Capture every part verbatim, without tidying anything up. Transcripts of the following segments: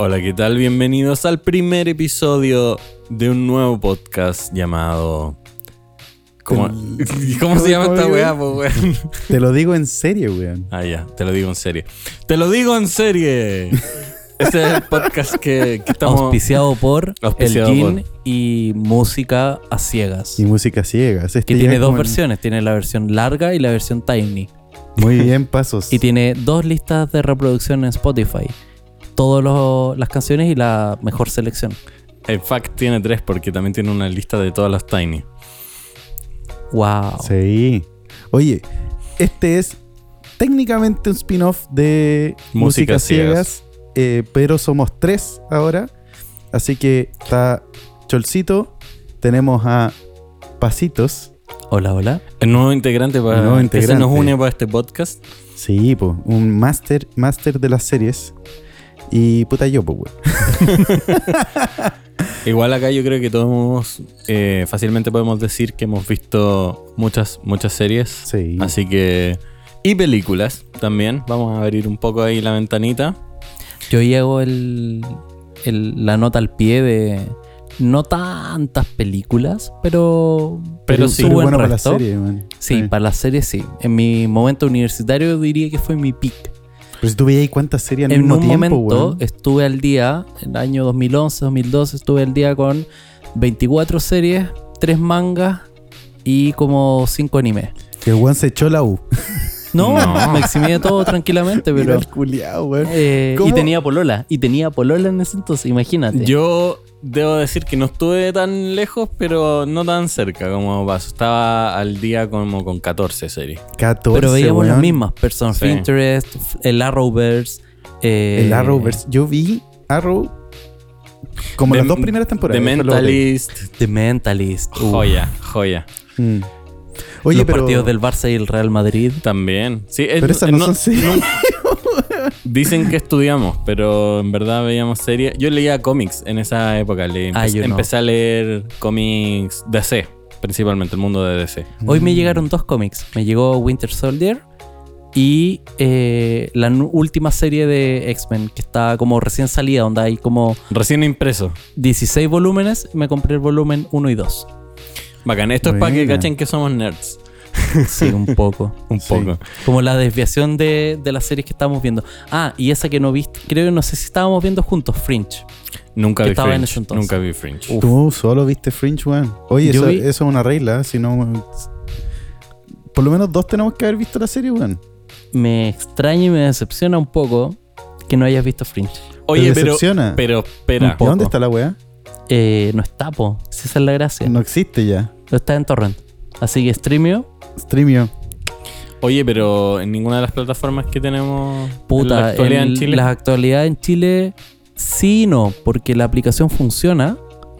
Hola, ¿qué tal? Bienvenidos al primer episodio de un nuevo podcast llamado... ¿Cómo, ¿Cómo se llama esta weá, po, weón? Te lo digo en serio, weón. Ah, ya, te lo digo en serio. ¡Te lo digo en serie! Este es el podcast que, que estamos... Auspiciado por Auspiciado El Gin por- y Música a Ciegas. Y música ciegas. Este Que ya tiene es dos como el- versiones. Tiene la versión larga y la versión tiny. Muy bien, pasos. Y tiene dos listas de reproducción en Spotify. Todas las canciones y la mejor selección. En fact tiene tres porque también tiene una lista de todas las Tiny. Wow. Sí. Oye, este es técnicamente un spin-off de Música Música Ciegas, eh, pero somos tres ahora. Así que está Cholcito, tenemos a Pasitos. Hola, hola. El nuevo integrante para Nuevo que se integrante. nos une para este podcast. Sí, po, un máster máster de las series. Y puta yo, pues, weón. Igual acá yo creo que todos eh, fácilmente podemos decir que hemos visto muchas, muchas series. Sí. Así que... Y películas también. Vamos a abrir un poco ahí la ventanita. Yo llego el, el- la nota al pie de no tantas películas, pero, Pero su sí. Pero buen bueno para la resto. serie, man. Sí, para las series sí. En mi momento universitario diría que fue mi peak. Pero si tú veías ahí cuántas series al En mismo un tiempo, momento weón. estuve al día, en el año dos mil once, dos mil doce, estuve al día con veinticuatro series, tres mangas y como cinco animes. Que el weón se echó la U. No, No. me eximí de todo tranquilamente, Mira pero... el culiao, weón. eh, y ¿Cómo? tenía polola, y tenía polola en ese entonces, imagínate. Yo debo decir que no estuve tan lejos, pero no tan cerca como Paso. Estaba al día como con catorce series. catorce, pero veíamos weón. las mismas, Person of Sí. Interest, el Arrowverse. eh, El Arrowverse. Yo vi Arrow como The- las dos primeras temporadas. The después lo boté. Mentalist. The Mentalist. uf, Joya, joya. Mm. Oye, los pero, partidos del Barça y el Real Madrid. También. Sí, es- pero esas no, no- son series. no- Dicen que estudiamos, pero en verdad veíamos series. Yo leía cómics en esa época. Le Ah, empe- yo no. empecé a leer cómics D C, principalmente el mundo de D C. Hoy Mm. me llegaron dos cómics. Me llegó Winter Soldier y eh, la nu- última serie de X-Men, que está como recién salida, donde hay como Recién impreso. dieciséis volúmenes. Me compré el volumen uno y dos. Bacán. Esto es para que Buena. cachen que somos nerds. Sí, un poco. Un Sí. poco. Como la desviación de, de las series que estábamos viendo. Ah, y esa que no viste, creo que no sé si estábamos viendo juntos, Fringe. Nunca Que vi estaba en Fringe. ese entonces. Nunca vi Fringe. Uf. Tú solo viste Fringe, weón. Oye, Yo eso, vi- eso es una regla. ¿eh? Si no, por lo menos dos tenemos que haber visto la serie, weón. Me extraña y me decepciona un poco que no hayas visto Fringe. Oye, ¿Te pero, decepciona? pero espera. Un ¿Y poco. dónde está la weá? Eh, no está, po. Si esa es la gracia. No existe ya. No está en Torrent. Así que Streamio, Streamio. Oye, pero en ninguna de las plataformas que tenemos en puta, la actualidad en, en Chile. las actualidades en Chile, sí y no, porque la aplicación funciona.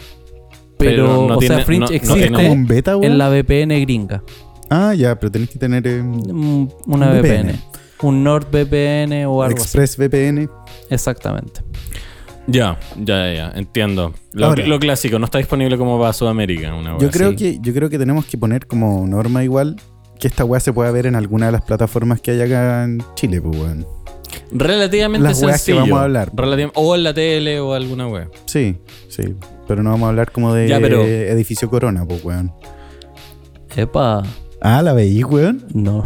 Pero, Pero no o tiene- sea, Fringe no- no ¿Es existe tiene- como un beta, weón? en la V P N gringa. Ah, ya, pero tenés que tener eh, Mm, Una Un V P N. V P N. Un NordVPN o algo Express V P N. así. Exactamente. Ya, ya, ya, ya, entiendo. Lo, Ahora. lo clásico, no está disponible como para Sudamérica. Una Yo wea creo así. que yo creo que tenemos que poner como norma igual que esta weá se pueda ver en alguna de las plataformas que hay acá en Chile, pues weón. Relativamente Las weas que sencillo. vamos a hablar. Relativ- o en la tele o alguna wea. Sí, sí. Pero no vamos a hablar como de Ya, pero- edificio Corona, pues weón. Epa, Ah, ¿la veí, weón? no.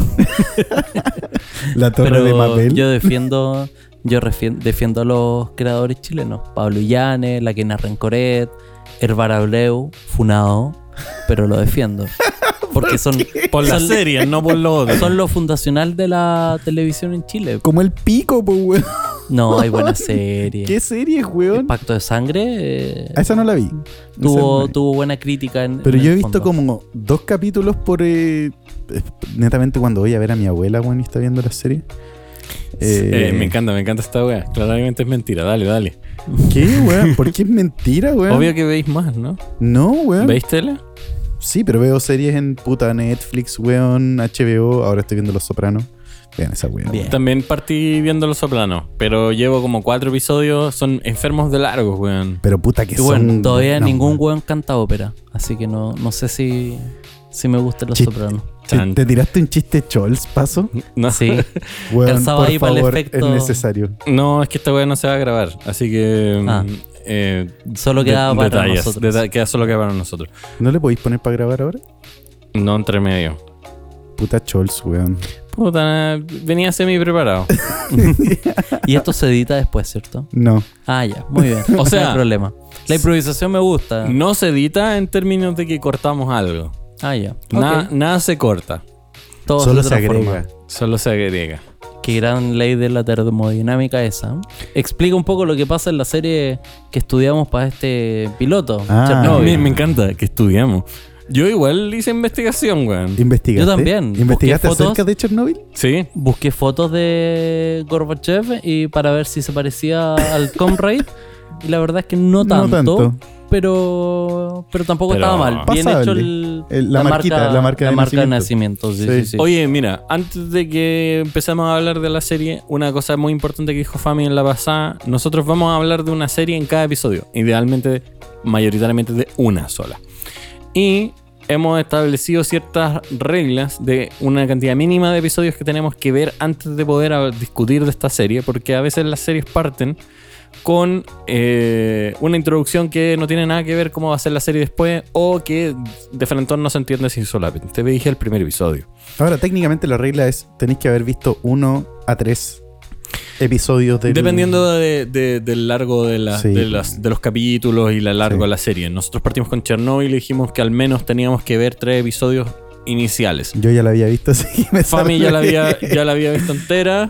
La torre Pero de Mabel. yo defiendo, yo refien- defiendo a los creadores chilenos. Pablo Illanes, La Quena Rencoret, Herbar Abreu, Funado, pero lo defiendo. Porque son, Por la son, serie, no por lo otro. son lo fundacional de la televisión en Chile. Como el pico, pues weón. No, hay buenas series. ¿Qué serie, El weón? Pacto de Sangre eh, A esa no la vi. Esa no tuvo, la vi. tuvo buena crítica en, Pero en yo he el visto fondo. como dos capítulos por... eh, eh, netamente cuando voy a ver a mi abuela, weón, y está viendo la serie. Eh, me encanta, me encanta esta wea. Claramente es mentira, dale, dale. ¿Qué, weón? ¿Por qué es mentira, weón? Obvio que veis más, ¿no? No, weón. ¿Veis tele? Sí, pero veo series en puta Netflix, weón, H B O. Ahora estoy viendo Los Sopranos. Vean esa weón. Bien. También partí viendo Los Sopranos, pero llevo como cuatro episodios. Son enfermos de largos, weón. Pero puta que Y bueno, son... todavía no, ningún weón. weón canta ópera. Así que no, no sé si, Sí me gusta Los Chis- Sopranos. ¿Te, te tiraste un chiste Chols, paso? No, Sí. Weón, Calzaba por ahí para el favor, efecto. es necesario. no, es que esta weá no se va a grabar. Así que. Ah. mm, eh, Solo quedaba de- para detalles, nosotros. deta- queda solo queda para nosotros. ¿No le podéis poner para grabar ahora? No entre medio. Puta Chols, weón. Puta, venía semi preparado. Y esto se edita después, ¿cierto? No. Ah, ya, muy bien. O sea- no hay problema. La improvisación me gusta. No se edita en términos de que cortamos algo. Ah, ya. Na- Ok. Nada se corta. Todo Solo se transforma. agrega. Solo se agrega. Qué gran ley de la termodinámica esa. Explica un poco lo que pasa en la serie que estudiamos para este piloto. Ah. No, Chernobyl. me, me encanta que estudiamos. Yo igual hice investigación, weón. ¿Investigaste? Yo también. ¿Investigaste Busqué fotos. acerca de Chernobyl? Sí. Busqué fotos de Gorbachev y para ver si se parecía al Comrade. Y la verdad es que no No tanto. tanto. Pero, pero tampoco Pero estaba mal. Bien pasable. hecho el, El- la marquita, la marca de nacimiento. Sí, Sí. sí, sí. Oye, mira, antes de que empecemos a hablar de la serie, una cosa muy importante que dijo Fami en la pasada, nosotros vamos a hablar de una serie en cada episodio, idealmente, mayoritariamente de una sola. Y hemos establecido ciertas reglas de una cantidad mínima de episodios que tenemos que ver antes de poder a- discutir de esta serie, porque a veces las series parten con eh, una introducción que no tiene nada que ver cómo va a ser la serie después, o que de frente no se entiende sin solamente. Te dije el primer episodio. Ahora, técnicamente la regla es tenéis que haber visto uno a tres episodios del... Dependiendo de- de- del largo de, la- Sí. de, las- de los capítulos y la largo Sí. de la serie. Nosotros partimos con Chernobyl y dijimos que al menos teníamos que ver tres episodios iniciales. Yo ya la había visto, así que me Fami ya la, salvé. había, ya la había visto entera.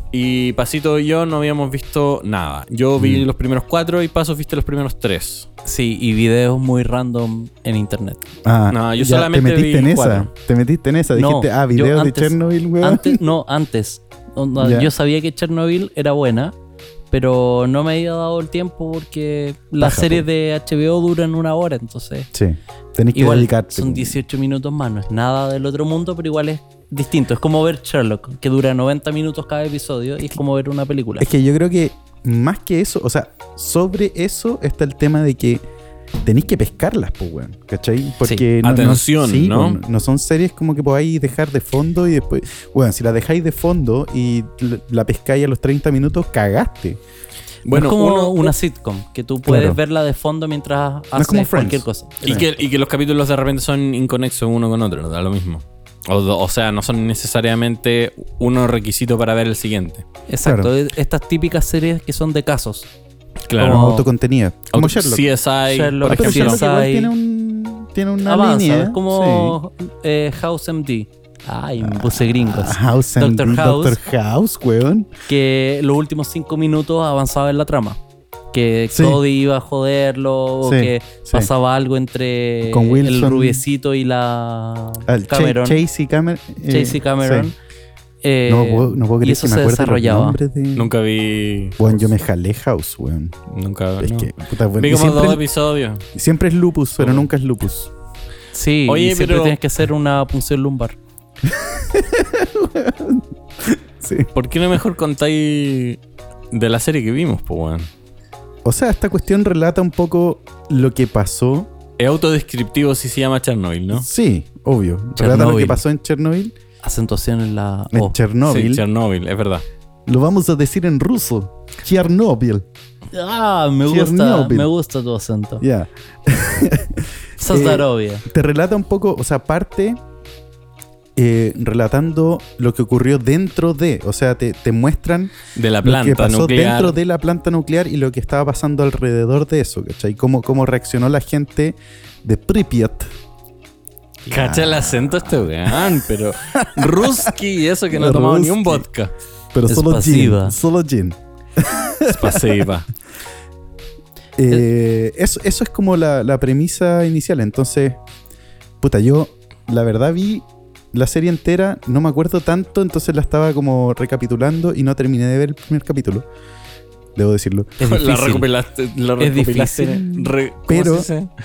Y Pasito y yo no habíamos visto nada. Yo vi Mm. los primeros cuatro y Paso viste los primeros tres. Sí, y videos muy random en internet. Ah, No, yo ya, solamente te metiste vi en cuatro. esa. Te metiste en esa. No, Dijiste, ah, yo videos antes- de Chernobyl, weón. Antes, no, antes. Onda, Ya. Yo sabía que Chernobyl era buena, pero no me había dado el tiempo porque las Paja, series po. de H B O duran una hora, entonces. Sí. Tenés que Igual dedicarte. son weón. dieciocho minutos más, no es nada del otro mundo, pero igual es distinto. Es como ver Sherlock, que dura noventa minutos cada episodio, y es como ver una película. Es que yo creo que más que eso, o sea, sobre eso está el tema de que tenéis que pescarlas, pues, weón. ¿Cachai? Porque no, Atención, sí, ¿no? pues, no son series como que podáis dejar de fondo y después. Weón, si la dejáis de fondo y l- la pescáis a los treinta minutos, cagaste. Bueno, es como uno- una sitcom, que tú puedes Claro. verla de fondo mientras es haces como Friends. cualquier cosa. Y que, y que los capítulos de repente son inconexos uno con otro, ¿no? Da lo mismo. O, do- o sea, no son necesariamente uno requisito para ver el siguiente. Exacto, Claro. es- estas típicas series que son de casos. Claro. Como Como- autocontenida. Como Auto- Sherlock. C S I, Sherlock, por Pero Sí, ejemplo. Sherlock igual hay- tiene, un, tiene una Avanza, línea. es como eh, House M D. Ay, me puse gringos. Sí. House and Doctor House. Doctor House, weón. Que los últimos cinco minutos avanzaba en la trama. Que Sí. Cody iba a joderlo, o Sí, que sí. pasaba algo entre Con el Wilson. rubiecito y la Al Cha- Cameron. Chasey Cameron. eh, Chasey Cameron. sí. Eh, No puedo, no puedo y creer eso que me se acuerde los desarrollaba. nombres de... Nunca vi. Weón, yo me jalé House, weón. Nunca Es no. que, puta, bueno. Vi y como siempre, dos episodios. siempre es lupus, pero Oh. nunca es lupus. Sí, Oye, y siempre pero- tienes que hacer una punción lumbar. Sí. ¿Por qué no mejor contáis de la serie que vimos, po, weón? O sea, esta cuestión relata un poco lo que pasó. Es autodescriptivo si se llama Chernobyl, ¿no? Sí, obvio. Relata lo Chernobyl. que pasó en Chernobyl. Acentuación en la En O. Chernobyl. Sí, Chernobyl, es verdad. Lo vamos a decir en ruso. Chernobyl. Ah, me gusta, Chernobyl. me gusta tu acento. Ya. Zazarovia. Te relata un poco, o sea, parte eh, relatando lo que ocurrió dentro de. O sea, te, te muestran De la lo que planta pasó nuclear. dentro de la planta nuclear y lo que estaba pasando alrededor de eso, ¿cachai? Cómo, cómo reaccionó la gente de Pripyat. Cacha el acento este weón, pero Ruski y eso que no ha tomado ni un Ruski. vodka. Pero Es solo pasiva. gin. Solo gin. Es pasiva. Eh, eso, eso es como la, la premisa inicial. Entonces, puta, yo la verdad vi la serie entera, no me acuerdo tanto, entonces la estaba como recapitulando y no terminé de ver el primer capítulo. Debo decirlo. Es La difícil. recopilaste. La Es recopilaste difícil, re- ¿cómo pero- se dice?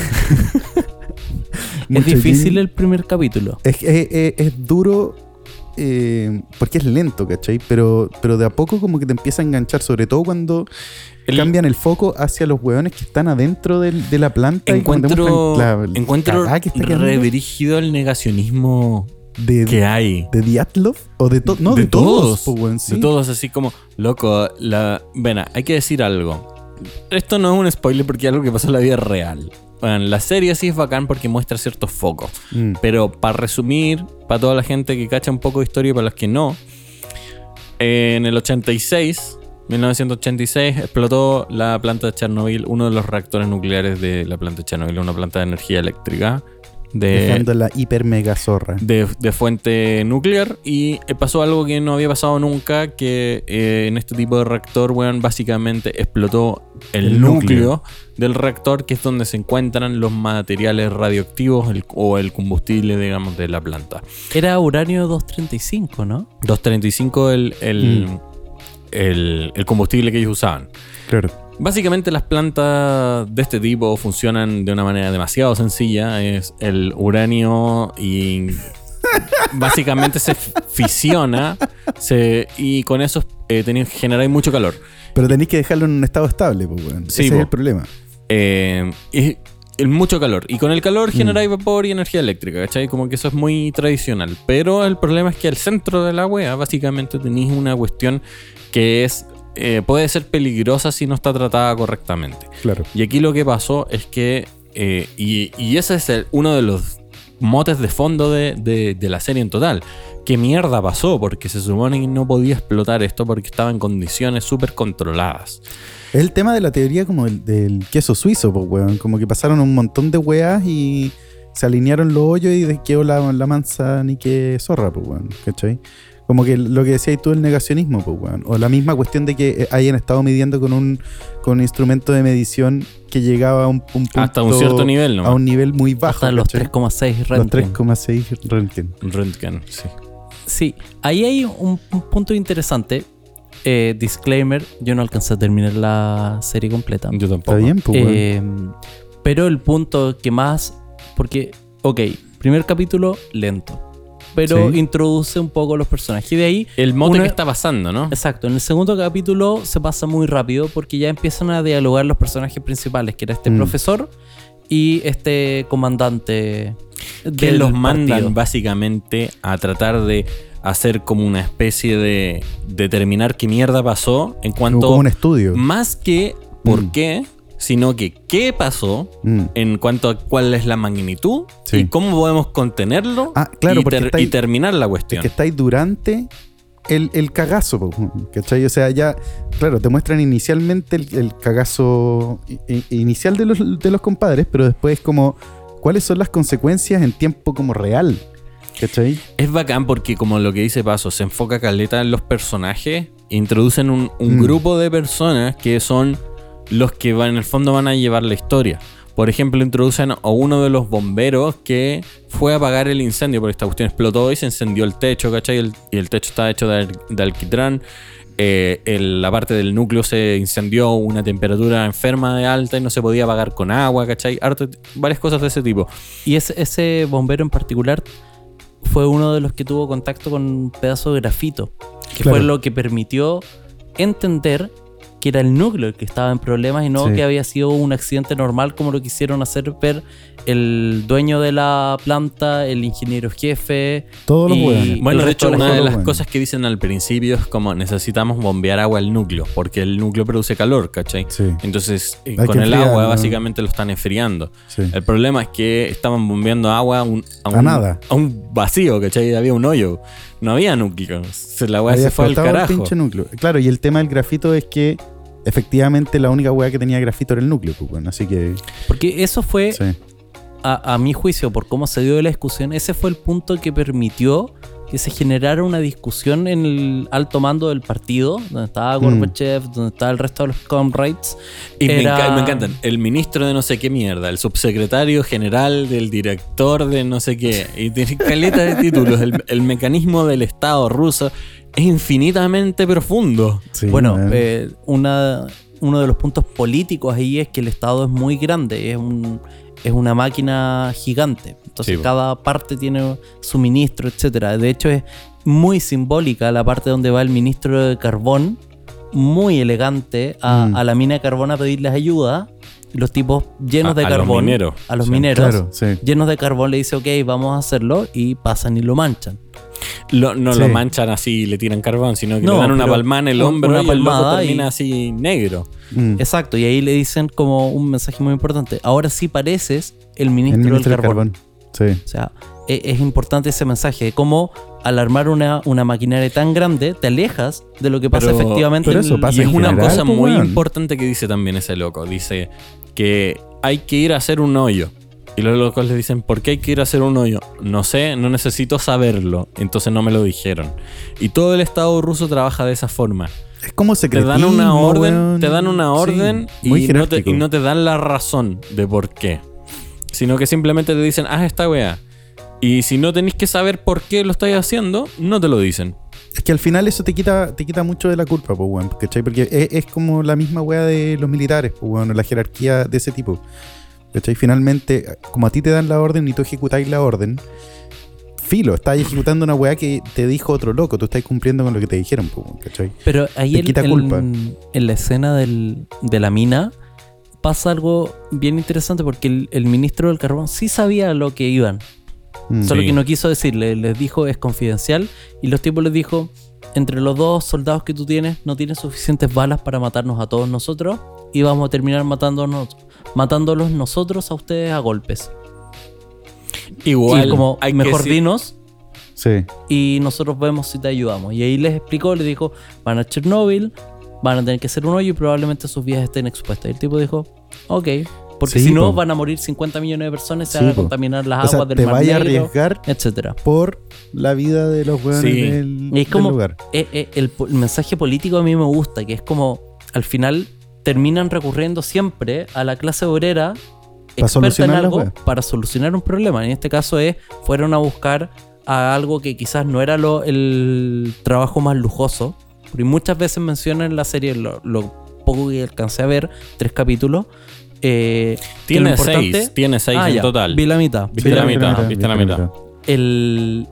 Es Mucho difícil gin. el primer capítulo. Es, es- es- es duro eh, porque es lento, ¿cachai? Pero, pero de a poco como que te empieza a enganchar, sobre todo cuando el, cambian el foco hacia los hueones que están adentro del, de la planta. Encuentro, y la, encuentro reverígido el negacionismo de, que hay. ¿De Dyatlov? ¿O de, to- no, de, de todos? todos pues, sí. De todos, así como, loco, la... Ven, hay que decir algo. Esto no es un spoiler porque es algo que pasó en la vida real. Bueno, la serie sí es bacán porque muestra ciertos focos. Mm. Pero para resumir, para toda la gente que cacha un poco de historia y para los que no, eh, en el ochenta y seis, mil novecientos ochenta y seis, explotó la planta de Chernobyl, uno de los reactores nucleares de la planta de Chernobyl, una planta de energía eléctrica. De, Dejando la hiper mega zorra. De, de fuente nuclear. Y pasó algo que no había pasado nunca, que eh, en este tipo de reactor, bueno, básicamente explotó el, el núcleo, núcleo del reactor, que es donde se encuentran los materiales radioactivos el, o el combustible, digamos, de la planta. Era uranio doscientos treinta y cinco, ¿no? doscientos treinta y cinco el, el, mm. el, el combustible que ellos usaban. Claro. Básicamente las plantas de este tipo funcionan de una manera demasiado sencilla. Es el uranio y básicamente se fisiona se, y con eso eh, tenéis, generáis mucho calor. Pero tenéis que dejarlo en un estado estable, pues, bueno. Sí, ese po. es el problema. Eh, y, y mucho calor. Y con el calor generáis mm. vapor y energía eléctrica, ¿cachai? Como que eso es muy tradicional. Pero el problema es que al centro de la wea básicamente tenéis una cuestión que es... Eh, puede ser peligrosa si no está tratada correctamente. Claro. Y aquí lo que pasó es que, eh, y, y ese es el, uno de los motes de fondo de, de, de la serie en total. ¿Qué mierda pasó? Porque se supone que no podía explotar esto porque estaba en condiciones súper controladas. Es el tema de la teoría como el, del queso suizo, pues, weón. Como que pasaron un montón de weas y se alinearon los hoyos y quedó la, la mansa ni que zorra, pues, weón. ¿Cachai? Como que lo que decías tú, el negacionismo, pues, weón. O la misma cuestión de que hayan estado midiendo con un, con un instrumento de medición que llegaba a un, un punto... Hasta un cierto nivel, ¿no? A un nivel muy bajo. Hasta los tres coma seis Röntgen. Los tres coma seis Röntgen. Röntgen, sí. Sí, ahí hay un, un punto interesante. Eh, disclaimer, yo no alcancé a terminar la serie completa. Yo tampoco. Está bien, pues, eh, pero el punto que más... Porque, ok, primer capítulo, lento. Pero sí. introduce un poco los personajes. Y de ahí... El mote una... que está pasando, ¿no? Exacto. En el segundo capítulo se pasa muy rápido porque ya empiezan a dialogar los personajes principales, que era este mm. profesor y este comandante. Que los mandan partido. Básicamente a tratar de hacer como una especie de determinar qué mierda pasó en cuanto... Como un estudio. Más que por mm. qué... sino que qué pasó mm. en cuanto a cuál es la magnitud sí. y cómo podemos contenerlo ah, claro, y, ter- estáis, y terminar la cuestión. Es que estáis durante el, el cagazo, ¿cachai? O sea, ya, claro, te muestran inicialmente el, el cagazo i- inicial de los, de los compadres, pero después como cuáles son las consecuencias en tiempo como real, ¿cachai? Es bacán porque como lo que dice Paso, se enfoca caleta en los personajes, introducen un, un mm. grupo de personas que son... los que van, en el fondo van a llevar la historia. Por ejemplo, introducen a uno de los bomberos que fue a apagar el incendio porque esta cuestión explotó y se encendió el techo, ¿cachai? Y el, y el techo estaba hecho de, de alquitrán. Eh, el, la parte del núcleo se incendió a una temperatura enferma de alta y no se podía apagar con agua, ¿cachai? Harto, varias cosas de ese tipo. Y ese, ese bombero en particular fue uno de los que tuvo contacto con un pedazo de grafito, que claro. fue lo que permitió entender que era el núcleo el que estaba en problemas y no sí. que había sido un accidente normal como lo quisieron hacer ver el dueño de la planta, el ingeniero jefe. Todos los buenos. Bueno, de hecho, de una de las bueno. cosas que dicen al principio es como necesitamos bombear agua al núcleo, porque el núcleo produce calor, ¿cachai? Sí. Entonces, eh, Hay con el enfriar, agua ¿no? básicamente lo están enfriando. Sí. El problema es que estaban bombeando agua a un, a un, a nada. a un vacío, ¿cachai? Había un hoyo. No había núcleo. La agua se fue al carajo. El pinche núcleo. Claro, y el tema del grafito es que efectivamente la única hueá que tenía grafito era el núcleo, pues bueno, así que... Porque eso fue, sí. a, a mi juicio, por cómo se dio la discusión, ese fue el punto que permitió que se generara una discusión en el alto mando del partido, donde estaba Gorbachev, mm. donde estaba el resto de los comrades. Y Era... me, enc- me encantan, el ministro de no sé qué mierda, el subsecretario general del director de no sé qué, y tiene caleta de títulos, el, el mecanismo del Estado ruso es infinitamente profundo. Sí, bueno, eh, una, uno de los puntos políticos ahí es que el Estado es muy grande, es un... es una máquina gigante. Entonces sí, cada parte tiene su ministro, etcétera. De hecho, es muy simbólica la parte donde va el ministro de carbón, muy elegante, a, Mm. a la mina de carbón a pedirles ayuda. Y los tipos llenos A- de a los carbón, mineros. a los Sí. mineros, Claro, sí. llenos de carbón, le dice, ok, vamos a hacerlo, y pasan y lo manchan. Lo- no Sí. lo manchan así y le tiran carbón, sino que No, le dan una pero palmada en el un- hombro una y el loco palmada termina y- así negro. Mm. Exacto, y ahí le dicen como un mensaje muy importante. Ahora sí pareces el ministro, El ministro del carbón. Sí. O sea, e- es importante ese mensaje de cómo al armar una, una maquinaria tan grande te alejas de lo que pasa Pero- efectivamente. pero en eso el- pasa Y es en una general, cosa pues, muy weón. importante que dice también ese loco. Dice que hay que ir a hacer un hoyo. Y los locos le dicen, ¿por qué hay que ir a hacer un hoyo? No sé, no necesito saberlo. Entonces no me lo dijeron. Y todo el Estado ruso trabaja de esa forma. Es como Te secretismo, dan una orden, weón. te dan una orden Sí, muy y, no te, jerárquico. y no te dan la razón de por qué. Sino que simplemente te dicen, haz esta weá. Y si no tenés que saber por qué lo estáis haciendo, no te lo dicen. Es que al final eso te quita, te quita mucho de la culpa, pues, weón, ¿cachai? Porque es, es como la misma weá de los militares, pues, weón, la jerarquía de ese tipo. ¿Cachai? Finalmente, como a ti te dan la orden y tú ejecutáis la orden, filo, estás ejecutando una weá que te dijo otro loco, tú estás cumpliendo con lo que te dijeron, pues, weón, ¿cachai? Pero ahí Te en, quita en- culpa. en la escena del- de la mina pasa algo bien interesante porque el, el ministro del carbón sí sabía lo que iban. Mm. Solo Sí. que no quiso decirle, les dijo es confidencial y los tipos les dijo, entre los dos soldados que tú tienes no tienes suficientes balas para matarnos a todos nosotros y vamos a terminar matándonos, matándolos nosotros a ustedes a golpes. Igual, y como hay que mejor decir- dinos Sí. y nosotros vemos si te ayudamos. Y ahí les explicó, les dijo, van a Chernobyl, van a tener que hacer un hoyo y probablemente sus vidas estén expuestas. Y el tipo dijo, ok, porque Sí, si no po. van a morir cincuenta millones de personas, se Sí, van a po. contaminar las O sea, aguas del te Mar vaya a Negro, arriesgar etcétera. por la vida de los weones Sí. del, Y es del como lugar. eh, eh, el, po- el mensaje político a mí me gusta, que es como al final terminan recurriendo siempre a la clase obrera experta en solucionar la algo wea. para solucionar un problema. En este caso es, fueron a buscar a algo que quizás no era lo, el trabajo más lujoso. Porque muchas veces mencionan en la serie, lo, lo poco que alcancé a ver, tres capítulos. eh, que lo Tiene importante- seis, tiene seis Ah, en ya, total. Vi la mitad. Viste vi la la mitad, mitad. viste la mitad. El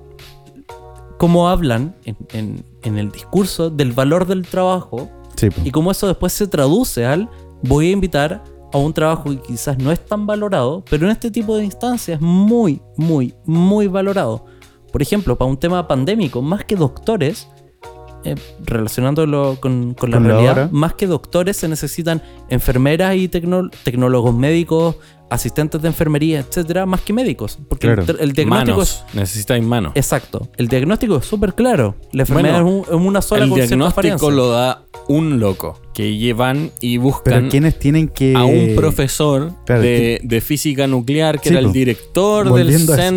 cómo hablan en, en- en el discurso del valor del trabajo Sí, po. y cómo eso después se traduce al voy a invitar a un trabajo que quizás no es tan valorado, pero en este tipo de instancias es muy, muy, muy valorado. Por ejemplo, para un tema pandémico, más que doctores, eh, relacionándolo con, con la Con la realidad, hora. más que doctores se necesitan enfermeras y tecno- tecnólogos médicos, asistentes de enfermería, etcétera, más que médicos. Porque Claro. el, el diagnóstico es Manos, necesitáis manos. exacto. El diagnóstico es súper claro. La enfermedad Bueno, es, un- es una sola El con cierta diagnóstico apariencia. lo da un loco que llevan y buscan Pero quienes tienen que... a un profesor claro, de, de física nuclear que Sí, era el po. director del Volviendo a eso,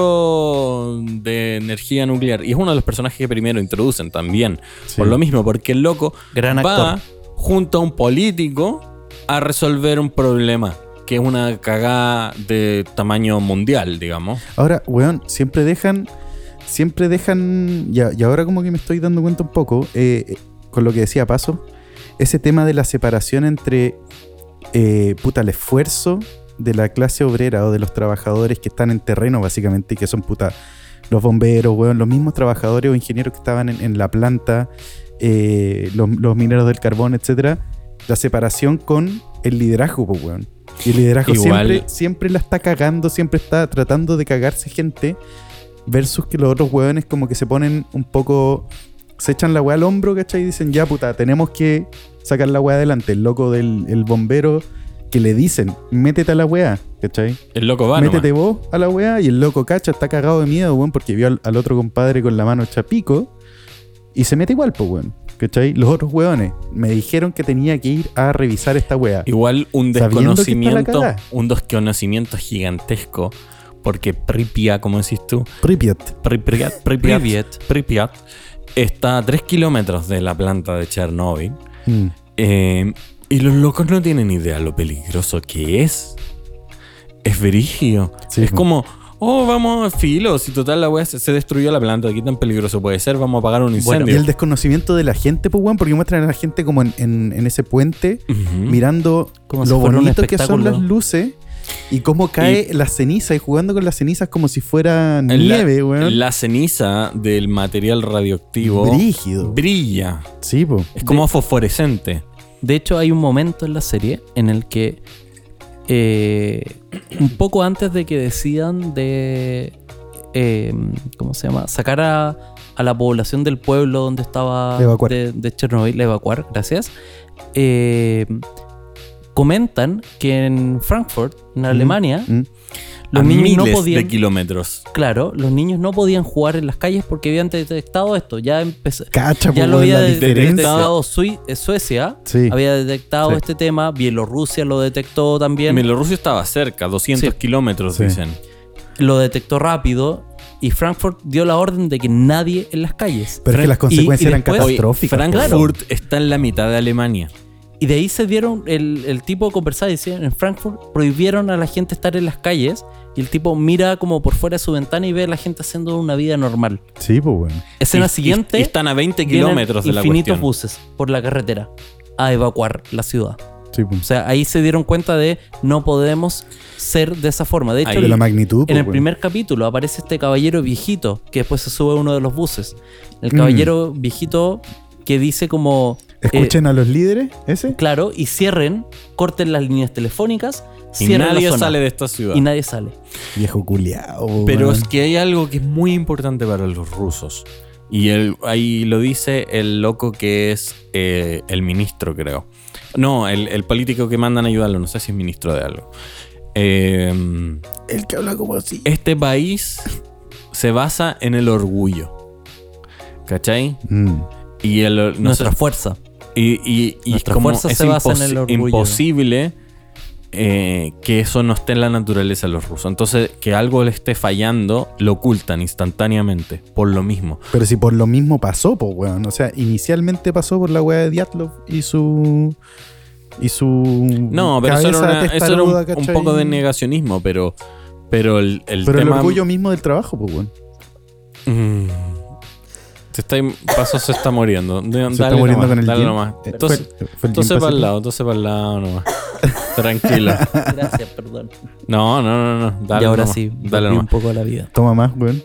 centro de energía nuclear. Y es uno de los personajes que primero introducen también. Sí. Por lo mismo, porque el loco Gran va actor. junto a un político a resolver un problema que es una cagada de tamaño mundial, digamos. Ahora, weón, siempre dejan... Siempre dejan... Y, a- y ahora como que me estoy dando cuenta un poco, eh, eh, con lo que decía Paso, ese tema de la separación entre, eh, puta, el esfuerzo de la clase obrera o de los trabajadores que están en terreno, básicamente, que son, puta, los bomberos, weón, los mismos trabajadores o ingenieros que estaban en, en la planta, eh, los, los mineros del carbón, etcétera. La separación con el liderazgo, pues, weón. Y el liderazgo Igual- siempre, siempre la está cagando, siempre está tratando de cagarse gente, versus que los otros weones como que se ponen un poco... Se echan la weá al hombro, ¿cachai? Y dicen, ya puta, tenemos que sacar la weá adelante. El loco del el bombero que le dicen, métete a la weá, ¿cachai? El loco va Métete nomás. vos a la weá. Y el loco cacha, está cagado de miedo, weón, porque vio al, al otro compadre con la mano chapico y se mete igual, pues, weón, ¿cachai? Los otros weones me dijeron que tenía que ir a revisar esta weá. Igual un Sabiendo que está la desconocimiento, cagá. un desconocimiento gigantesco, porque Pripyat, como decís tú, Pripyat. Pripyat, Pripyat, Pripyat. Pripyat está a tres kilómetros de la planta de Chernóbil. Mm. Eh, y los locos no tienen idea lo peligroso que es. Es verigio. Sí, es po. como, oh, vamos, filo, si total la weá se, se destruyó la planta, ¿qué tan peligroso puede ser? Vamos a apagar un Y incendio. el desconocimiento de la gente, pues, weón, porque muestran a la gente como en, en- en ese puente, Ujú. mirando Como si lo fuera un bonito que son espectáculo. las luces Y cómo cae Y- la ceniza y jugando con las cenizas como si fuera En la- nieve, weón. La ceniza del material radioactivo Brígido. brilla. Sí, po. Es como fosforescente. De hecho, hay un momento en la serie en el que eh, un poco antes de que decidan de eh, ¿cómo se llama? Sacar a, a la población del pueblo donde estaba Evacuar. de, de Chernobyl, evacuar, gracias. Eh, comentan que en Frankfurt, en Alemania, Mm. los a niños miles no podían. de kilómetros. Claro, los niños no podían jugar en las calles porque habían detectado esto. Ya empezó. Cacha, Ya po, lo weón, había la de- diferencia. detectado Sui- eh, Suecia, Sí. había detectado Sí. este tema, Bielorrusia lo detectó también, Bielorrusia estaba cerca, doscientos Sí. kilómetros, Sí. dicen. lo detectó rápido y Frankfurt dio la orden de que nadie en las calles. Pero es que las Y- consecuencias y eran después- Oye, catastróficas. Frankfurt está en la mitad de Alemania. Y de ahí se dieron, el, el tipo conversaba y decía, en Frankfurt prohibieron a la gente estar en las calles y el tipo mira como por fuera de su ventana y ve a la gente haciendo una vida normal. Sí, pues, weón. Escena Y- siguiente, Y, y están a veinte vienen kilómetros de la infinitos cuestión. buses por la carretera a evacuar la ciudad. Sí, O pues. sea, ahí se dieron cuenta de no podemos ser de esa forma. De hecho, Ahí. De el- la magnitud, en pues, el weón. primer capítulo aparece este caballero viejito que después se sube a uno de los buses. El Mm. caballero viejito que dice como... eh, Escuchen a los líderes, ese. claro, y cierren, corten las líneas telefónicas, Y cierren nadie la zona, sale de esta ciudad. y nadie sale. Viejo culiao, Pero weón. es que hay algo que es muy importante para los rusos. Y él, ahí lo dice el loco que es eh, el ministro, creo. No, el, el político que mandan a ayudarlo. No sé si es ministro de algo. Eh, El que habla como así. este país se basa en el orgullo. ¿Cachai? Mm. Y el, no Nuestra sé, fuerza. y, y, y nuestra como fuerza es se basa en impos- el orgullo. imposible eh, que eso no esté en la naturaleza de los rusos. Entonces, que algo le esté fallando, lo ocultan instantáneamente, por lo mismo. Pero si por lo mismo pasó, pues, weón. O sea, inicialmente pasó por la weá de Dyatlov y su. Y su. No, pero eso era, cabeza una- eso era un, testaruda, un ¿cachai? poco de negacionismo, pero, pero el, el Pero el tema... orgullo mismo del trabajo, pues, weón. Mm. Se está, Paso se está muriendo. De- Se dale está muriendo nomás, con el dale gin. nomás. Eh, Entonces, fue- fue el gin entonces para el pasito. lado, entonces para el lado nomás. Tranquilo. Gracias, perdón. No, no, no, no. Dale y ahora nomás, sí, Dale volví un nomás. poco a la vida. Toma más, weón.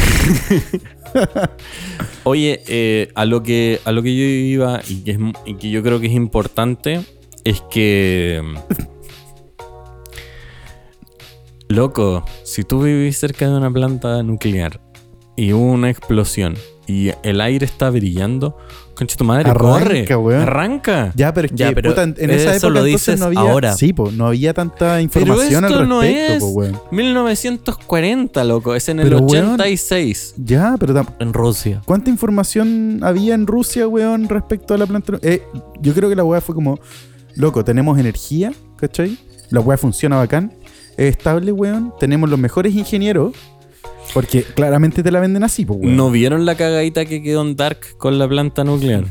Oye, eh, a lo que a lo que yo iba y que, es, y que yo creo que es importante es que loco, si tú vivís cerca de una planta nuclear y hubo una explosión y el aire está brillando, concha tu madre, Arranca, corre, weón. arranca. Ya, pero es que, Ya, pero puta, en en esa eso época lo entonces dices no había. ahora. Sí, pues, no había tanta Pero información esto al no respecto, es pues, weón. mil novecientos cuarenta, loco, es en el Pero, weón, ochenta y seis. Ya, pero tam- En Rusia. ¿cuánta información había en Rusia, weón, respecto a la planta? Eh, yo creo que la weá fue como, loco, tenemos energía, ¿cachai? La weá funciona bacán, es estable, weón, tenemos los mejores ingenieros, porque claramente te la venden así, pues, weón. ¿No vieron la cagadita que quedó en Dark con la planta nuclear?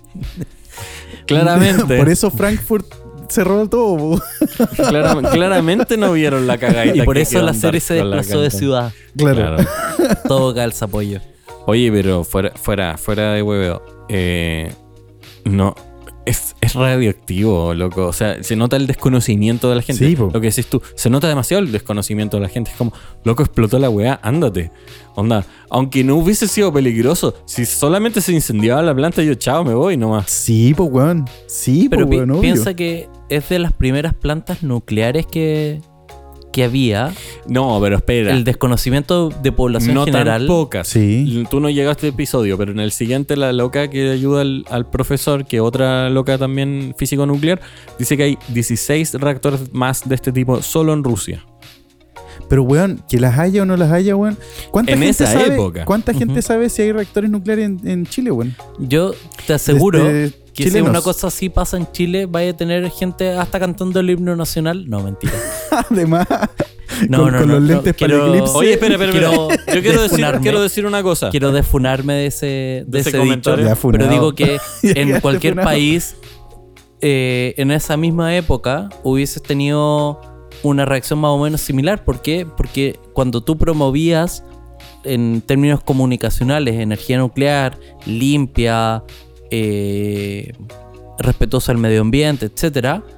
Claramente. Por eso Frankfurt cerró todo, weón. Clara- claramente no vieron la cagadita. Y por que eso quedó la en serie Dark se con la desplazó de planta. ciudad. Claro. Claro. Todo calza pollo. Oye, pero fuera, fuera, fuera de hueveo. Eh, no. Es, es radioactivo, loco. O sea, se nota el desconocimiento de la gente. Sí, po. Lo que decís tú, se nota demasiado el desconocimiento de la gente. Es como, loco, explotó la weá, ándate. Onda, aunque no hubiese sido peligroso, si solamente se incendiaba la planta, yo chao, me voy nomás. Sí, pues, weón. Sí, pues, Pero pi- weón, obvio. piensa que es de las primeras plantas nucleares que, que había. No, pero espera. El desconocimiento de población no general. tan pocas. Sí. Tú no llegaste al episodio, pero en el siguiente la loca que ayuda al, al profesor, que otra loca también físico nuclear, dice que hay dieciséis reactores más de este tipo solo en Rusia. Pero, weón, que las haya o no las haya, weón. ¿Cuánta En gente esa sabe, época. ¿Cuánta gente Ujú. sabe si hay reactores nucleares en, en Chile, weón? Yo te aseguro Desde que si chilenos. una cosa así pasa en Chile, vaya a tener gente hasta cantando el himno nacional. No, mentira. Además, No, con, no, con no, los no, lentes para quiero- el eclipse. Oye, espera, espera, espera. Quiero Yo quiero decir, desfunarme. quiero decir una cosa. Quiero desfunarme de ese, de De ese ese dicho. comentario. Ya funado. Pero digo que Ya en quedaste cualquier funado. país, eh, en esa misma época, hubieses tenido una reacción más o menos similar. ¿Por qué? Porque cuando tú promovías, en términos comunicacionales, energía nuclear, limpia, eh, respetuosa al medio ambiente, etcétera,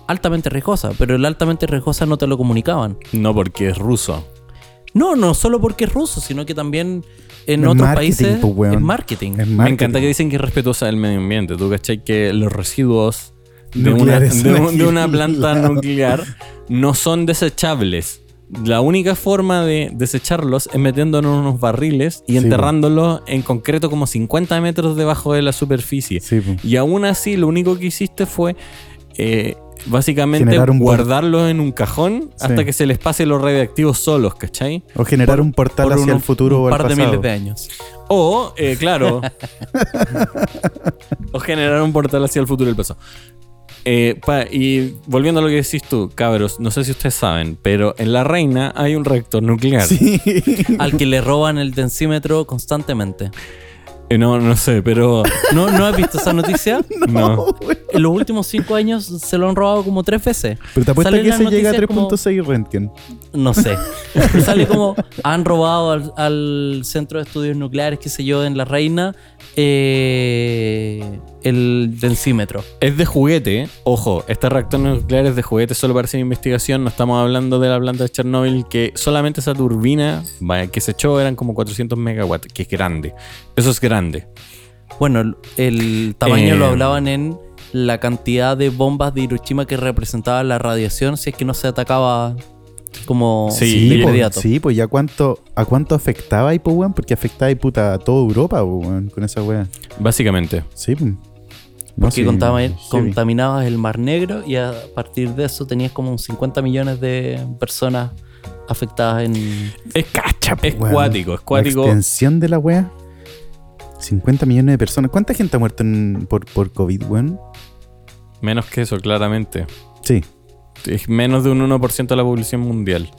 altamente riesgosa, pero el altamente riesgosa no te lo comunicaban. No, porque es ruso. No, no solo porque es ruso, sino que también en Es otros marketing, países pues, weón. es marketing. Es Me marketing. encanta que dicen que es respetuosa del medio ambiente. Tú cachai que los residuos de una, Nucleares de, son un- de una planta aislados. nuclear no son desechables. La única forma de desecharlos es metiéndolos en unos barriles y Sí, enterrándolos en concreto como cincuenta metros debajo de la superficie. Sí, po. Y aún así, lo único que hiciste fue eh, básicamente Generar un guardarlos en un cajón Sí. hasta que se les pase los radiactivos solos, ¿cachai? O generar Por- un portal por hacia uno- el futuro o un al par de pasado. miles de años. O, eh, claro, o generar un portal hacia el futuro y el pasado. Eh, pa- y volviendo a lo que decís tú, cabros, no sé si ustedes saben, pero en La Reina hay un reactor nuclear. Sí. Al que le roban el densímetro constantemente. Eh, no, no sé, pero ¿No, ¿no has visto esa noticia? no. güey. En los últimos cinco años se lo han robado como tres veces. Pero te apuesto Salen que las se llega a noticias tres como- punto seis Röntgen. No sé. Sale como han robado al, al Centro de Estudios Nucleares, qué sé yo, en La Reina, eh, el densímetro. Es de juguete, ¿eh? Ojo, este reactor nuclear es de juguete solo para hacer investigación. No estamos hablando de la planta de Chernobyl, que solamente esa turbina vaya, que se echó eran como cuatrocientos megawatts, que es grande. Eso es grande. Bueno, el tamaño Eh, lo hablaban en la cantidad de bombas de Hiroshima que representaba la radiación si es que no se atacaba como Sí, de po, inmediato. Sí, pues ya cuánto, a cuánto afectaba ahí, pues, weón, porque afectaba ahí puta a toda Europa, pues, weón, con esa weá. Básicamente. Sí, pues. No, Porque sí, contaba- heavy. contaminabas el Mar Negro y a partir de eso tenías como un cincuenta millones de personas afectadas en... Es cacha, es Weón, cuático, es cuático. La extensión de la weá. cincuenta millones de personas. ¿Cuánta gente ha muerto en- por, por COVID, weón? Menos que eso, claramente. Sí. Es menos de un uno por ciento de la población mundial.